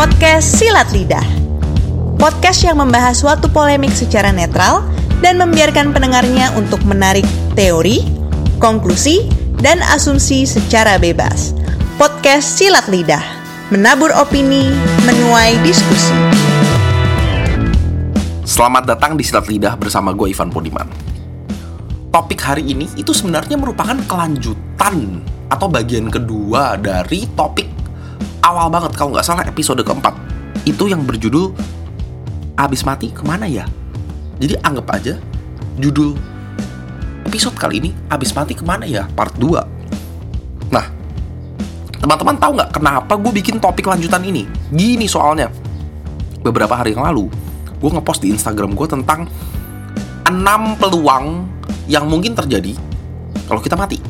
podcast Silat Lidah. Podcast yang membahas suatu polemik secara netral dan membiarkan pendengarnya untuk menarik teori, konklusi, dan asumsi secara bebas. Podcast Silat Lidah, menabur opini, menuai diskusi. Selamat datang di Silat Lidah bersama gue Ivan Podiman. Topik hari ini itu sebenarnya merupakan kelanjutan atau bagian kedua dari topik awal banget, kalau nggak salah episode keempat. Itu yang berjudul Abis mati kemana ya? Jadi anggap aja judul episode kali ini Abis mati kemana ya part 2. Nah, teman-teman tahu nggak kenapa gue bikin topik lanjutan ini? Gini soalnya, beberapa hari yang lalu gue ngepost di Instagram gue tentang 6 peluang yang mungkin terjadi kalau kita mati.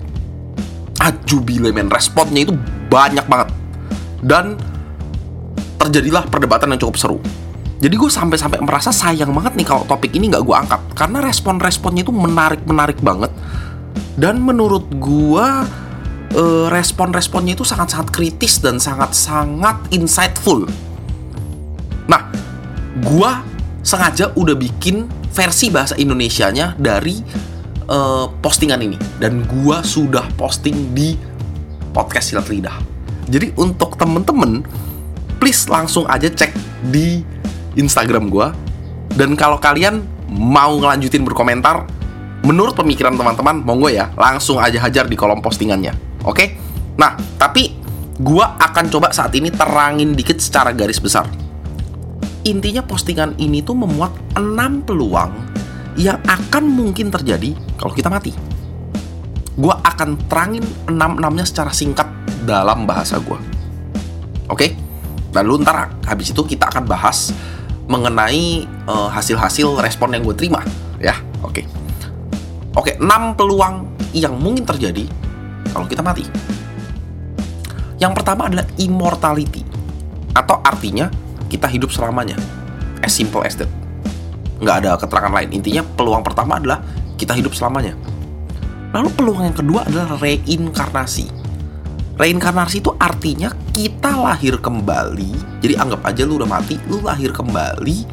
Ajubile men, responnya itu banyak banget. Dan terjadilah perdebatan yang cukup seru. Jadi gue sampai merasa sayang banget nih kalau topik ini gak gue angkat, karena respon-responnya itu menarik banget. Dan menurut gue respon-responnya itu sangat-sangat kritis dan sangat-sangat insightful. Nah, gue sengaja udah bikin versi bahasa Indonesianya dari postingan ini. Dan gue sudah posting di podcast Silat Lidah. Jadi untuk temen-temen, please langsung aja cek di Instagram gue. Dan kalau kalian mau ngelanjutin berkomentar menurut pemikiran teman-teman, monggo ya, langsung aja hajar di kolom postingannya. Oke? Nah, tapi gue akan coba saat ini terangin dikit secara garis besar. Intinya postingan ini tuh memuat 6 peluang yang akan mungkin terjadi kalau kita mati. Gue akan terangin 6-6-nya secara singkat dalam bahasa gue. Oke? Lalu ntar habis itu kita akan bahas mengenai hasil-hasil respon yang gue terima, ya. Oke, 6 peluang yang mungkin terjadi kalau kita mati. Yang pertama adalah immortality, atau artinya kita hidup selamanya. As simple as that. Nggak ada keterangan lain. Intinya peluang pertama adalah kita hidup selamanya. Lalu peluang yang kedua adalah reinkarnasi. Reinkarnasi itu artinya kita lahir kembali. Jadi anggap aja lu udah mati, lu lahir kembali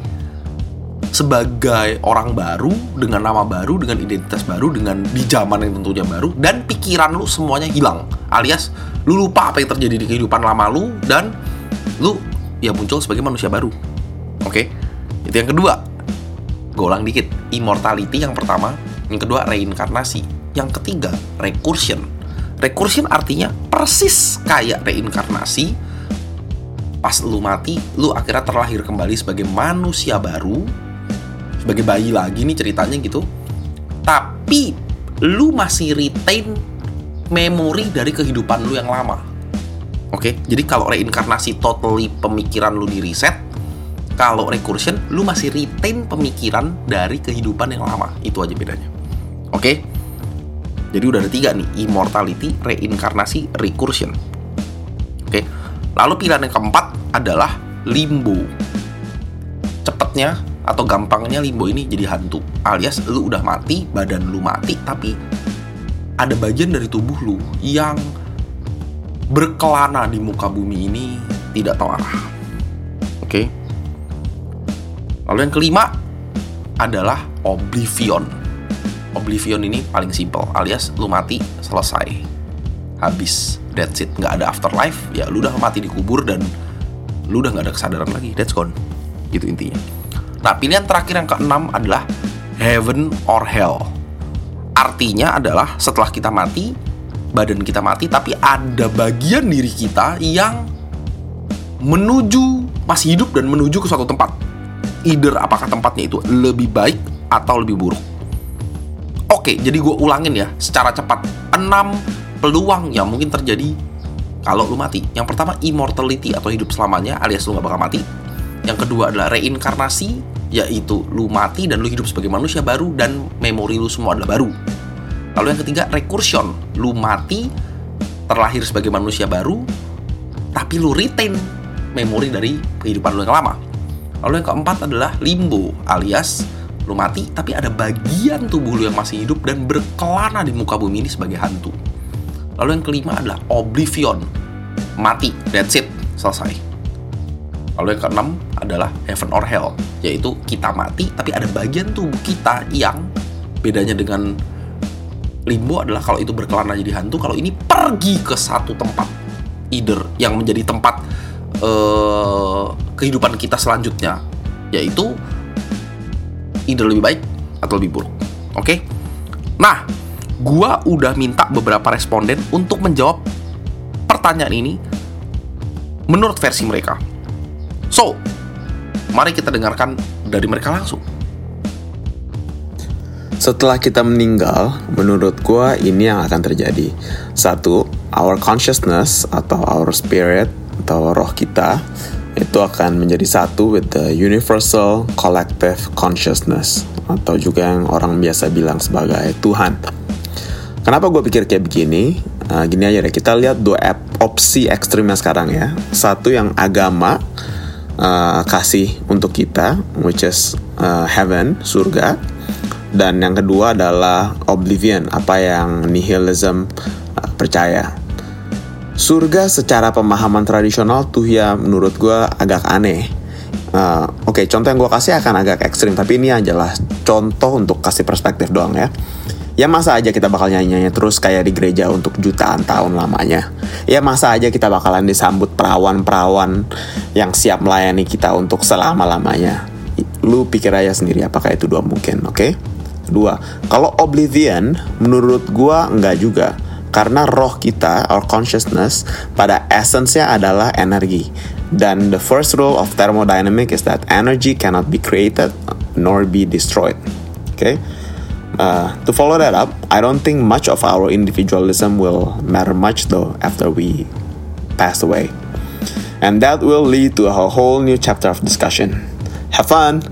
sebagai orang baru, dengan nama baru, dengan identitas baru, dengan di zaman yang tentunya baru, dan pikiran lu semuanya hilang. Alias lu lupa apa yang terjadi di kehidupan lama lu, dan lu ya muncul sebagai manusia baru. Oke? Itu yang kedua. Gue ulang dikit. Immortality yang pertama. Yang kedua reinkarnasi. Yang ketiga recursion. Recursion artinya persis kayak reinkarnasi. Pas lu mati, lu akhirnya terlahir kembali sebagai manusia baru, sebagai bayi lagi nih ceritanya gitu. Tapi lu masih retain memori dari kehidupan lu yang lama. Oke, jadi kalau reinkarnasi totally pemikiran lu di reset. Kalau recursion, lu masih retain pemikiran dari kehidupan yang lama. Itu aja bedanya. Oke? Jadi udah ada 3 nih, immortality, reinkarnasi, recursion. Oke. Lalu pilihan yang keempat adalah limbo. Cepetnya atau gampangnya limbo ini jadi hantu. Alias lu udah mati, badan lu mati, tapi ada bagian dari tubuh lu yang berkelana di muka bumi ini tidak tahu arah. Oke. Lalu yang kelima adalah oblivion. Oblivion ini paling simple, alias lu mati, selesai, habis, that's it, nggak ada afterlife, ya lu udah mati dikubur dan lu udah nggak ada kesadaran lagi, that's gone, gitu intinya. Nah, pilihan terakhir yang keenam adalah heaven or hell. Artinya adalah setelah kita mati, badan kita mati, tapi ada bagian diri kita yang masih hidup dan menuju ke suatu tempat. Either apakah tempatnya itu lebih baik atau lebih buruk. Oke, jadi gue ulangin ya secara cepat. 6 peluang yang mungkin terjadi kalau lu mati. Yang pertama immortality atau hidup selamanya, alias lu gak bakal mati. Yang kedua adalah reinkarnasi, yaitu lu mati dan lu hidup sebagai manusia baru dan memori lu semua adalah baru. Lalu yang ketiga recursion, lu mati, terlahir sebagai manusia baru, tapi lu retain memori dari kehidupan lu yang lama. Lalu yang keempat adalah limbo, alias lu mati tapi ada bagian tubuh lu yang masih hidup dan berkelana di muka bumi ini sebagai hantu. Lalu yang kelima adalah oblivion, mati, that's it, selesai. Lalu yang keenam adalah heaven or hell, yaitu kita mati tapi ada bagian tubuh kita yang bedanya dengan limbo adalah kalau itu berkelana jadi hantu, kalau ini pergi ke satu tempat, either yang menjadi tempat kehidupan kita selanjutnya, yaitu either lebih baik atau lebih buruk. Oke? Nah, gua udah minta beberapa responden untuk menjawab pertanyaan ini menurut versi mereka. So, mari kita dengarkan dari mereka langsung. Setelah kita meninggal, menurut gua ini yang akan terjadi. Satu, our consciousness atau our spirit atau roh kita itu akan menjadi satu with the universal collective consciousness atau juga yang orang biasa bilang sebagai Tuhan. Kenapa gue pikir kayak begini? Gini aja deh, kita lihat dua opsi ekstrimnya sekarang ya. Satu yang agama kasih untuk kita, which is heaven, surga. Dan yang kedua adalah oblivion, apa yang nihilism percaya. Surga secara pemahaman tradisional tuh ya menurut gue agak aneh. Oke, contoh yang gue kasih akan agak ekstrim, tapi ini adalah contoh untuk kasih perspektif doang ya. Ya masa aja kita bakal nyanyi-nyanyi terus kayak di gereja untuk jutaan tahun lamanya. Ya masa aja kita bakalan disambut perawan-perawan yang siap melayani kita untuk selama-lamanya. Lu pikir aja sendiri apakah itu dua mungkin, oke? Dua, kalau oblivion menurut gua enggak juga. Karena roh kita, our consciousness, pada essence-nya adalah energi. Dan the first rule of thermodynamic is that energy cannot be created nor be destroyed. Okay? To follow that up, I don't think much of our individualism will matter much though after we pass away. And that will lead to a whole new chapter of discussion. Have fun!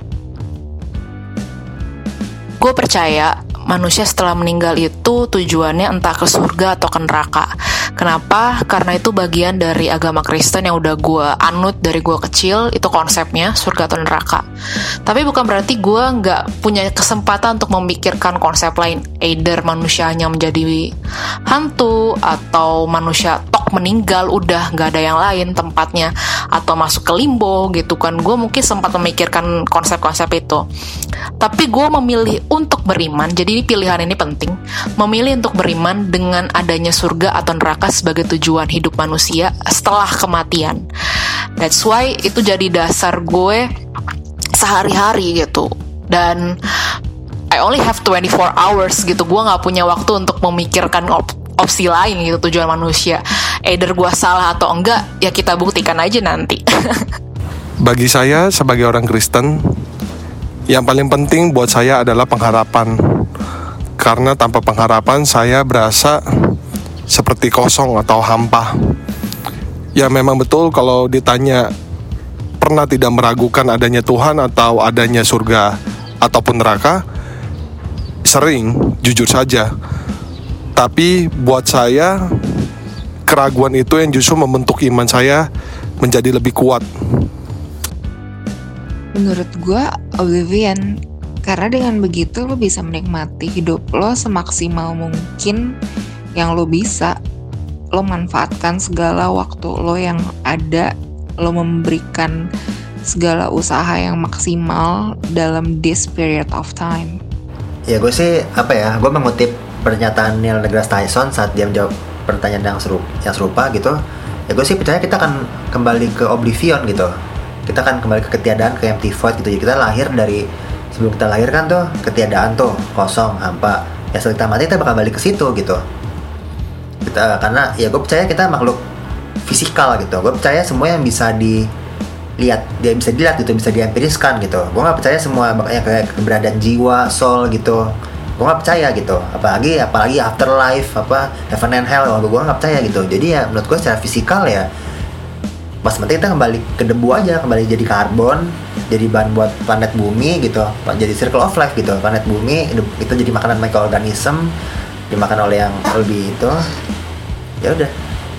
Gue percaya manusia setelah meninggal itu tujuannya entah ke surga atau ke neraka. Kenapa? Karena itu bagian dari agama Kristen yang udah gue anut dari gue kecil, itu konsepnya surga atau neraka. Tapi bukan berarti gue nggak punya kesempatan untuk memikirkan konsep lain, either manusia hanya menjadi hantu atau manusia meninggal udah nggak ada yang lain tempatnya, atau masuk ke limbo gitu kan. Gue mungkin sempat memikirkan konsep-konsep itu, tapi gue memilih untuk beriman. Jadi pilihan ini penting, memilih untuk beriman dengan adanya surga atau neraka sebagai tujuan hidup manusia setelah kematian. That's why itu jadi dasar gue sehari-hari gitu. Dan I only have 24 hours gitu, gue nggak punya waktu untuk memikirkan opsi lain gitu tujuan manusia. Either gue salah atau enggak, ya kita buktikan aja nanti. Bagi saya sebagai orang Kristen, yang paling penting buat saya adalah pengharapan. Karena tanpa pengharapan saya berasa seperti kosong atau hampa. Ya memang betul kalau ditanya pernah tidak meragukan adanya Tuhan atau adanya surga ataupun neraka, sering, jujur saja. Tapi buat saya keraguan itu yang justru membentuk iman saya menjadi lebih kuat. Menurut gue oblivion, karena dengan begitu lo bisa menikmati hidup lo semaksimal mungkin yang lo bisa. Lo manfaatkan segala waktu lo yang ada, lo memberikan segala usaha yang maksimal dalam this period of time. Ya gue sih gue mengutip pernyataan Neil deGrasse Tyson saat dia menjawab pertanyaan yang serupa gitu. Ya gue sih percaya kita akan kembali ke oblivion gitu. Kita akan kembali ke ketiadaan, ke empty void gitu. Jadi kita lahir dari, sebelum kita lahir kan tuh ketiadaan tuh, kosong, hampa. Ya setelah kita mati kita bakal balik ke situ gitu. Karena ya gue percaya kita makhluk fisikal gitu. Gue percaya semua yang bisa dilihat, dia bisa dilihat gitu, bisa diempiriskan gitu. Gue nggak percaya semua kayak keberadaan jiwa, soul gitu. Gue nggak percaya gitu, apalagi afterlife, heaven and hell, gue nggak percaya gitu. Jadi ya menurut gue secara fisikal ya pas mati kita kembali ke debu aja, kembali jadi karbon, jadi bahan buat planet bumi gitu, jadi circle of life gitu. Planet bumi itu jadi makanan mikroorganisme, dimakan oleh yang lebih itu. Ya udah.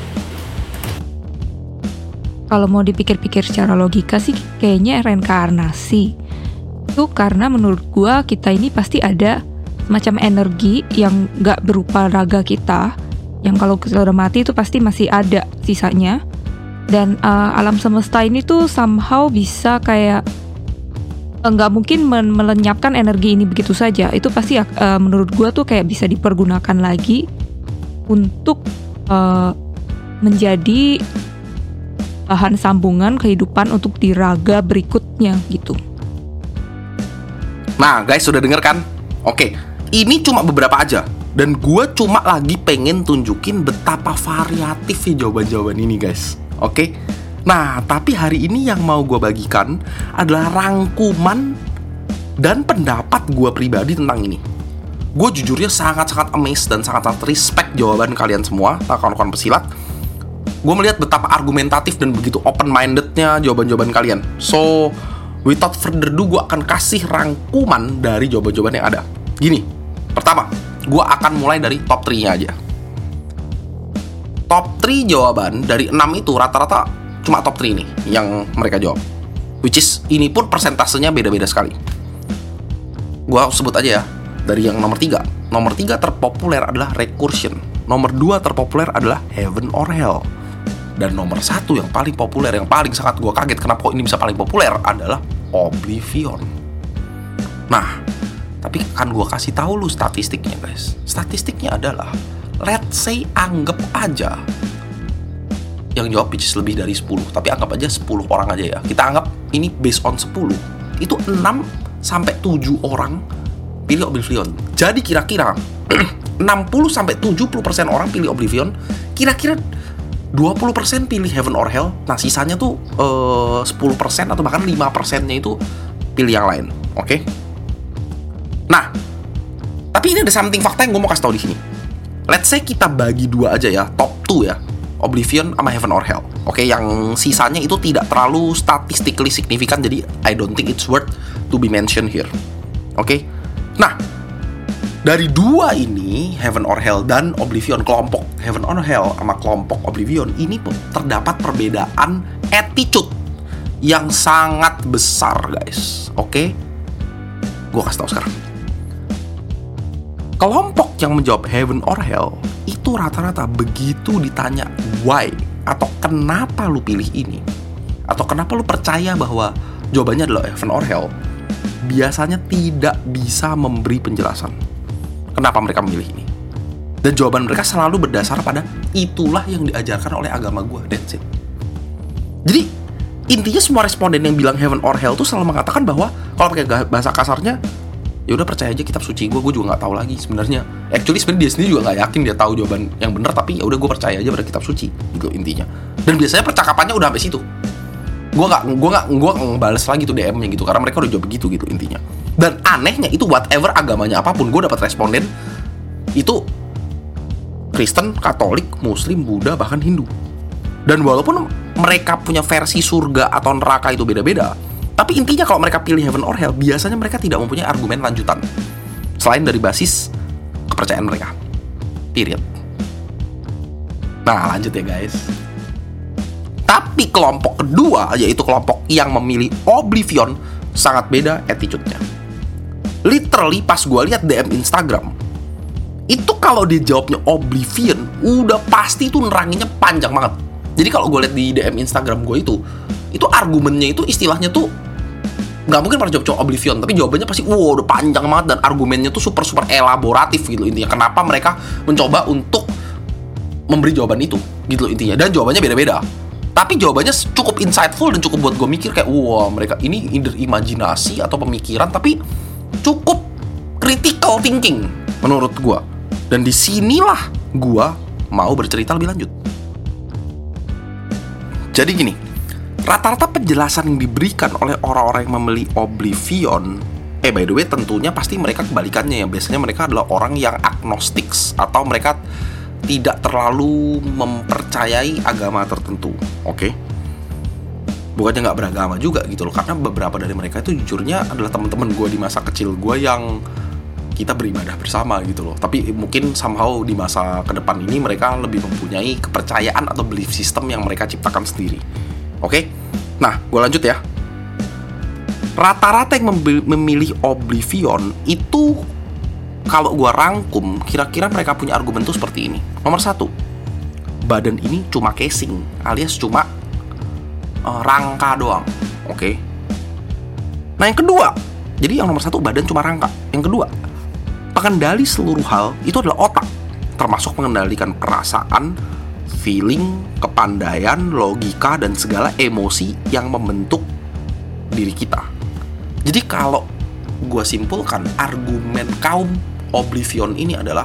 Kalau mau dipikir-pikir secara logika sih kayaknya reinkarnasi itu, karena menurut gua kita ini pasti ada semacam energi yang gak berupa raga kita, yang kalau kita udah mati itu pasti masih ada sisanya. Dan alam semesta ini tuh somehow bisa kayak nggak mungkin melenyapkan energi ini begitu saja. Itu pasti menurut gue tuh kayak bisa dipergunakan lagi untuk menjadi bahan sambungan kehidupan untuk di raga berikutnya gitu. Nah guys, sudah denger kan? Oke, ini cuma beberapa aja. Dan gue cuma lagi pengen tunjukin betapa variatif jawaban-jawaban ini guys. Oke? Nah, tapi hari ini yang mau gue bagikan adalah rangkuman dan pendapat gue pribadi tentang ini. Gue jujurnya sangat-sangat amazed dan sangat-sangat respect jawaban kalian semua, kawan-kawan pesilat. Gue melihat betapa argumentatif dan begitu open-mindednya jawaban-jawaban kalian. So, without further ado, gue akan kasih rangkuman dari jawaban-jawaban yang ada. Gini, pertama, gue akan mulai dari top 3-nya aja. Top 3 jawaban dari 6 itu rata-rata cuma top 3 nih yang mereka jawab. Which is, ini pun persentasenya beda-beda sekali. Gue sebut aja ya, dari yang nomor 3. Nomor 3 terpopuler adalah recursion. Nomor 2 terpopuler adalah heaven or hell. Dan nomor 1 yang paling populer, yang paling sangat gue kaget kenapa kok ini bisa paling populer adalah oblivion. Nah, tapi kan gue kasih tahu lu statistiknya guys. Statistiknya adalah, let's say anggap aja yang jawab which is lebih dari 10, tapi anggap aja 10 orang aja ya. Kita anggap ini based on 10. Itu 6-7 orang pilih oblivion. Jadi kira-kira 60-70% orang pilih oblivion, kira-kira 20% pilih heaven or hell. Nah sisanya tuh 10% atau bahkan 5%-nya itu pilih yang lain. Oke? Nah, tapi ini ada something fakta yang gue mau kasih tau di sini. Let's say kita bagi 2 aja ya, top 2 ya, oblivion sama heaven or hell. Oke, yang sisanya itu tidak terlalu statistically significant, jadi I don't think it's worth to be mentioned here. Oke? Nah, dari 2 ini, heaven or hell dan oblivion, kelompok heaven or hell sama kelompok oblivion, ini terdapat perbedaan attitude yang sangat besar guys. Oke? Gue kasih tau sekarang. Kelompok yang menjawab heaven or hell itu rata-rata begitu ditanya why atau kenapa lu pilih ini atau kenapa lu percaya bahwa jawabannya adalah heaven or hell, biasanya tidak bisa memberi penjelasan kenapa mereka memilih ini. Dan jawaban mereka selalu berdasar pada itulah yang diajarkan oleh agama gue, that's it. Jadi intinya semua responden yang bilang heaven or hell tuh selalu mengatakan bahwa kalau pakai bahasa kasarnya, ya udah percaya aja kitab suci gue juga nggak tahu lagi sebenarnya. Actually sebenarnya dia sendiri juga nggak yakin dia tahu jawaban yang benar, tapi ya udah gue percaya aja pada kitab suci gitu intinya. Dan biasanya percakapannya udah sampai situ. Gue nggak ngebales lagi tuh DM-nya gitu karena mereka udah jawab begitu gitu intinya. Dan anehnya itu whatever agamanya apapun, gue dapat responden itu Kristen, Katolik, Muslim, Buddha, bahkan Hindu. Dan walaupun mereka punya versi surga atau neraka itu beda-beda, tapi intinya kalau mereka pilih heaven or hell, biasanya mereka tidak mempunyai argumen lanjutan selain dari basis kepercayaan mereka. Period. Nah, lanjut ya guys. Tapi kelompok kedua, yaitu kelompok yang memilih oblivion, sangat beda attitude-nya. Literally pas gue lihat DM Instagram, itu kalau dia jawabnya oblivion, udah pasti tuh neranginnya panjang banget. Jadi kalau gue lihat di DM Instagram gue itu argumennya itu istilahnya tuh nggak mungkin pada jawab oblivion, tapi jawabannya pasti udah panjang banget dan argumennya tuh super elaboratif gitu intinya. Kenapa mereka mencoba untuk memberi jawaban itu gitu intinya, dan jawabannya beda-beda. Tapi jawabannya cukup insightful dan cukup buat gue mikir kayak wah mereka ini either imajinasi atau pemikiran, tapi cukup critical thinking menurut gue. Dan disinilah gue mau bercerita lebih lanjut. Jadi gini, rata-rata penjelasan yang diberikan oleh orang-orang yang memilih oblivion, by the way tentunya pasti mereka kebalikannya ya. Biasanya mereka adalah orang yang agnostics atau mereka tidak terlalu mempercayai agama tertentu. Oke? Bukannya nggak beragama juga gitu loh, karena beberapa dari mereka itu jujurnya adalah teman-teman gue di masa kecil gue yang kita beribadah bersama gitu loh. Tapi mungkin somehow di masa ke depan ini mereka lebih mempunyai kepercayaan atau belief system yang mereka ciptakan sendiri. Oke? Nah, gue lanjut ya. Rata-rata yang memilih oblivion itu, kalau gue rangkum, kira-kira mereka punya argumen tuh seperti ini. Nomor 1, badan ini cuma casing, alias cuma rangka doang. Oke. Nah yang kedua, jadi yang nomor satu badan cuma rangka. Yang kedua, pengendali seluruh hal itu adalah otak, termasuk mengendalikan perasaan, feeling, kepandaian, logika, dan segala emosi yang membentuk diri kita. Jadi kalau gue simpulkan, argumen kaum oblivion ini adalah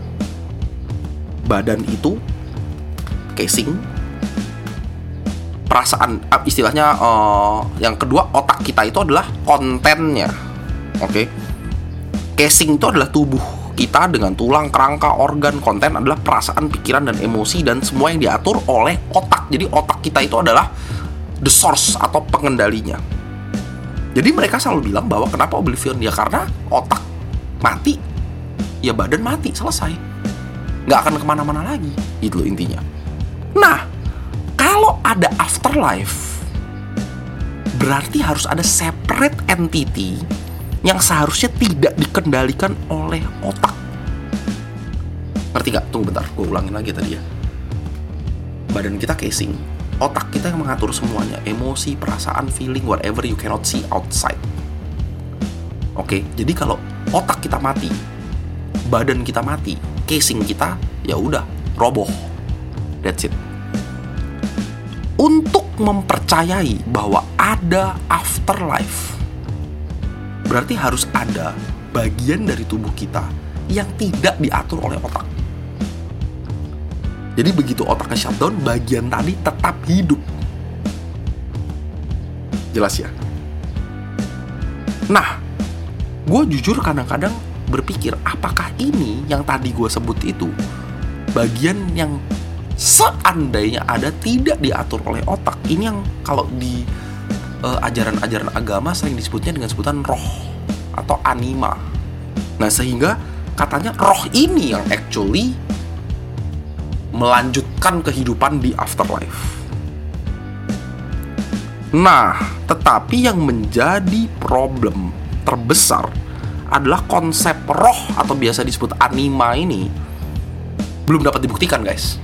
badan itu casing, perasaan, istilahnya yang kedua otak kita itu adalah kontennya. Oke. Casing itu adalah tubuh kita dengan tulang, kerangka, organ. Konten adalah perasaan, pikiran, dan emosi, dan semua yang diatur oleh otak. Jadi otak kita itu adalah the source atau pengendalinya. Jadi mereka selalu bilang bahwa kenapa oblivion? Ya karena otak mati, ya badan mati, selesai. Nggak akan kemana-mana lagi, gitu loh intinya. Nah, kalau ada afterlife, berarti harus ada separate entity yang seharusnya tidak dikendalikan oleh otak. Ngerti gak? Tunggu bentar, gue ulangin lagi tadi ya. Badan kita casing, otak kita yang mengatur semuanya, emosi, perasaan, feeling, whatever you cannot see outside. Oke, jadi kalau otak kita mati, badan kita mati, casing kita ya udah roboh. That's it. Untuk mempercayai bahwa ada afterlife, berarti harus ada bagian dari tubuh kita yang tidak diatur oleh otak. Jadi begitu otaknya shutdown, bagian tadi tetap hidup. Jelas ya? Nah, gue jujur kadang-kadang berpikir, apakah ini yang tadi gue sebut itu bagian yang seandainya ada tidak diatur oleh otak? Ini yang kalau di ajaran-ajaran agama sering disebutnya dengan sebutan roh atau anima. Nah, sehingga katanya roh ini yang actually melanjutkan kehidupan di afterlife. Nah, tetapi yang menjadi problem terbesar adalah konsep roh atau biasa disebut anima ini belum dapat dibuktikan, guys.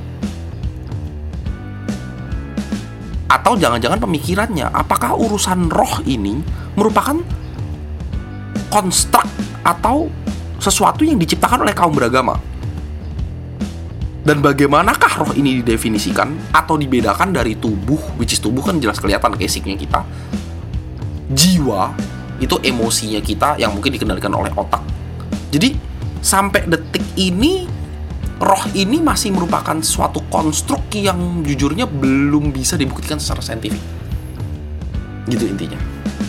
Atau jangan-jangan pemikirannya, apakah urusan roh ini merupakan konstruk atau sesuatu yang diciptakan oleh kaum beragama? Dan bagaimanakah roh ini didefinisikan atau dibedakan dari tubuh, which is tubuh kan jelas kelihatan casingnya kita. Jiwa, itu emosinya kita yang mungkin dikendalikan oleh otak. Jadi, sampai detik ini, roh ini masih merupakan suatu konstruk yang jujurnya belum bisa dibuktikan secara saintifik. Gitu intinya.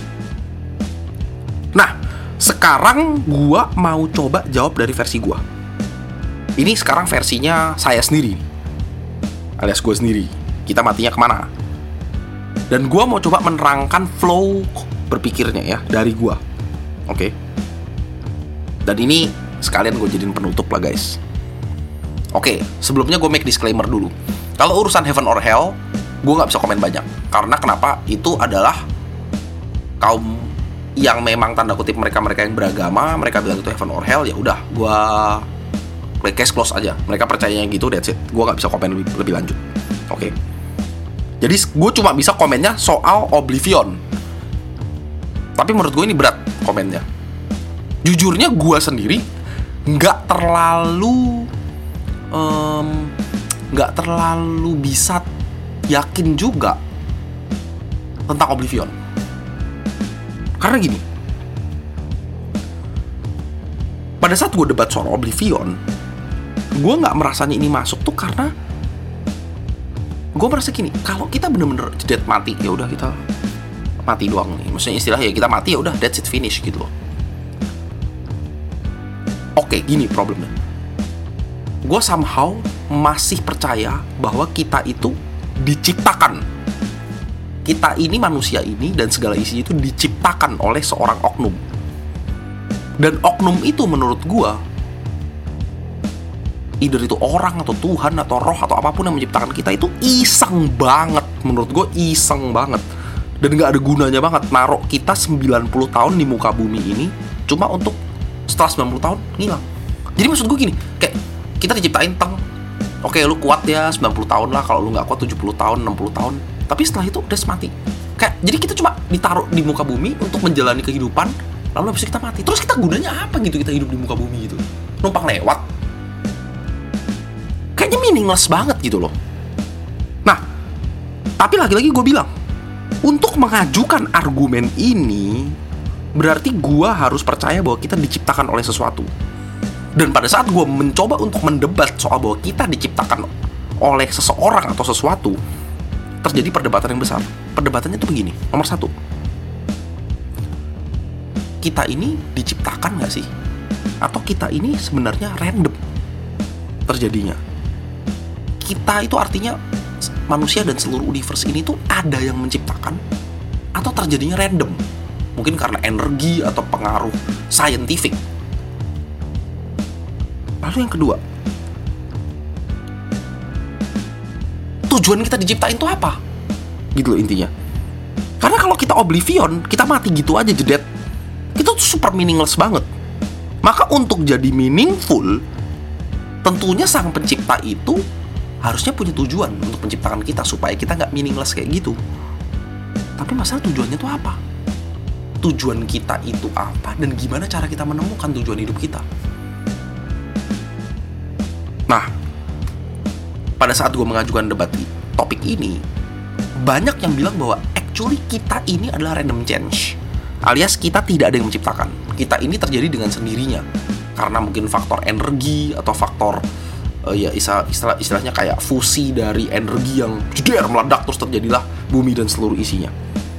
Nah, sekarang gua mau coba jawab dari versi gua. Ini sekarang versinya saya sendiri, alias gue sendiri. Kita matinya kemana? Dan gue mau coba menerangkan flow berpikirnya ya dari gue. Oke. Dan ini sekalian gue jadiin penutup lah, guys. Oke, sebelumnya gue make disclaimer dulu. Kalau urusan heaven or hell, gue nggak bisa komen banyak. Karena kenapa? Itu adalah kaum yang memang tanda kutip mereka yang beragama. Mereka bilang itu heaven or hell, ya udah gue case close aja. Mereka percayanya gitu, that's it. Gue gak bisa komen lebih lanjut. Oke. Jadi gue cuma bisa komennya soal oblivion. Tapi menurut gue ini berat komennya. Jujurnya gue sendiri gak terlalu bisa yakin juga tentang oblivion. Karena gini, pada saat gue debat soal oblivion, gue nggak merasanya ini masuk tuh karena gue merasa gini, kalau kita bener-bener dead mati, ya udah kita mati doang nih. Maksudnya istilahnya ya kita mati, ya udah that's it, finish gitu loh. Oke, gini problemnya. Gue somehow masih percaya bahwa kita itu diciptakan. Kita ini, manusia ini dan segala isinya itu diciptakan oleh seorang oknum. Dan oknum itu menurut gue, either itu orang atau Tuhan atau roh atau apapun yang menciptakan kita, itu iseng banget. Menurut gue iseng banget. Dan gak ada gunanya banget naruh kita 90 tahun di muka bumi ini cuma untuk setelah 90 tahun ngilang. Jadi maksud gue gini, kayak kita diciptain oke lu kuat ya 90 tahun lah, kalau lu gak kuat 70 tahun, 60 tahun. tapi setelah itu udah mati. Kayak jadi kita cuma ditaruh di muka bumi untuk menjalani kehidupan, lalu habis itu kita mati. Terus kita gunanya apa gitu kita hidup di muka bumi gitu? Numpang lewat. Kayaknya meaningless banget gitu loh. Nah, tapi lagi-lagi gue bilang, untuk mengajukan argumen ini berarti gue harus percaya bahwa kita diciptakan oleh sesuatu. Dan pada saat gue mencoba untuk mendebat soal bahwa kita diciptakan oleh seseorang atau sesuatu, terjadi perdebatan yang besar. Perdebatannya tuh begini. Nomor 1, kita ini diciptakan gak sih? Atau kita ini sebenarnya random terjadinya? Kita itu artinya manusia dan seluruh universe ini tuh ada yang menciptakan atau terjadinya random? Mungkin karena energi atau pengaruh scientific. Lalu yang kedua, tujuan kita diciptain itu apa? Gitu loh intinya. Karena kalau kita oblivion, kita mati gitu aja jedet, itu tuh super meaningless banget. Maka untuk jadi meaningful, tentunya sang pencipta itu harusnya punya tujuan untuk menciptakan kita supaya kita nggak meaningless kayak gitu. Tapi masalah tujuannya tuh apa? Tujuan kita itu apa? Dan gimana cara kita menemukan tujuan hidup kita? Nah, pada saat gue mengajukan debat topik ini, banyak yang bilang bahwa actually kita ini adalah random change, alias kita tidak ada yang menciptakan. Kita ini terjadi dengan sendirinya karena mungkin faktor energi atau faktor istilahnya kayak fusi dari energi yang jeder meledak terus terjadilah bumi dan seluruh isinya.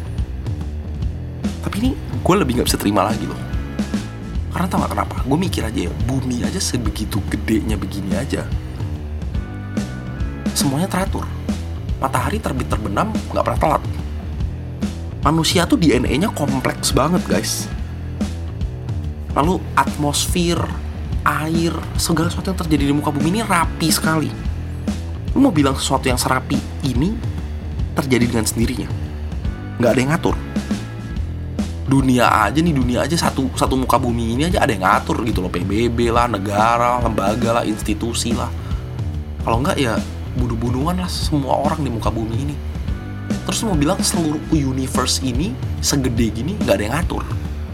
Tapi ini gue lebih gak bisa terima lagi loh. Karena tau gak kenapa? Gue mikir aja ya, bumi aja sebegitu gedenya begini aja, semuanya teratur. Matahari terbit terbenam gak pernah telat. Manusia tuh DNA-nya kompleks banget guys. Lalu atmosfer, air, segala sesuatu yang terjadi di muka bumi ini rapi sekali. Lu mau bilang sesuatu yang serapi ini terjadi dengan sendirinya? Gak ada yang ngatur. Dunia aja satu muka bumi ini aja ada yang ngatur gitu loh. PBB lah, negara, lembaga lah, institusi lah. Kalau enggak ya bunuh-bunuhan lah semua orang di muka bumi ini. Terus mau bilang seluruh universe ini segede gini gak ada yang ngatur.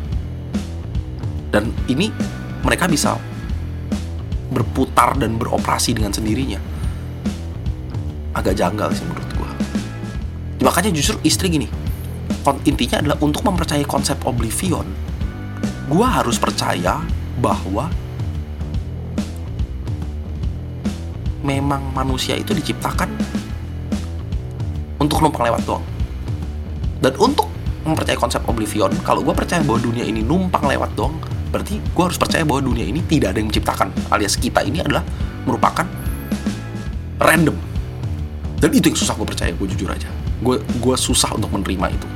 Dan ini mereka bisa berputar dan beroperasi dengan sendirinya. Agak janggal sih menurut gue. Makanya justru istri gini, intinya adalah untuk mempercayai konsep oblivion, gue harus percaya bahwa memang manusia itu diciptakan untuk numpang lewat doang. Dan untuk mempercayai konsep oblivion, kalau gue percaya bahwa dunia ini numpang lewat doang, berarti gue harus percaya bahwa dunia ini tidak ada yang menciptakan, alias kita ini adalah merupakan random. Dan itu yang susah gue percaya, gue jujur aja. Gue susah untuk menerima itu.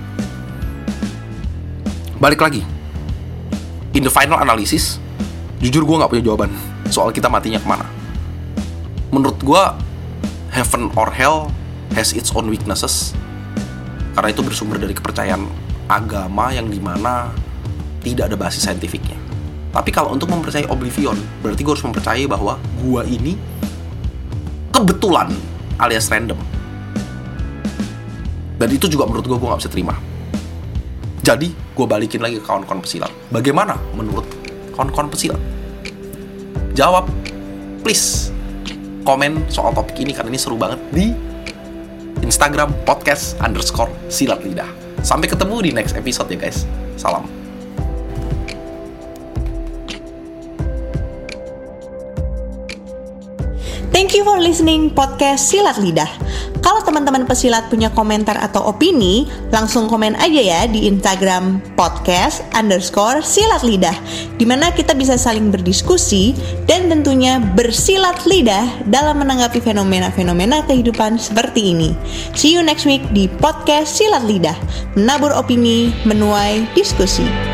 Balik lagi, in the final analysis, jujur gue gak punya jawaban soal kita matinya kemana. Menurut gue, heaven or hell has its own weaknesses, karena itu bersumber dari kepercayaan agama yang dimana tidak ada basis saintifiknya. Tapi kalau untuk mempercayai oblivion, berarti gue harus mempercayai bahwa gue ini kebetulan alias random. Dan itu juga menurut gue gak bisa terima. Jadi gue balikin lagi ke kawan-kawan pesilat. Bagaimana menurut kawan-kawan pesilat? Jawab, please. Komen soal topik ini karena ini seru banget di Instagram podcast_silat_lidah. Sampai ketemu di next episode ya guys. Salam. Thank you for listening podcast Silat Lidah. Kalau teman-teman pesilat punya komentar atau opini, langsung komen aja ya di Instagram podcast_silat_lidah, dimana kita bisa saling berdiskusi dan tentunya bersilat lidah dalam menanggapi fenomena-fenomena kehidupan seperti ini. See you next week di podcast Silat Lidah, menabur opini, menuai diskusi.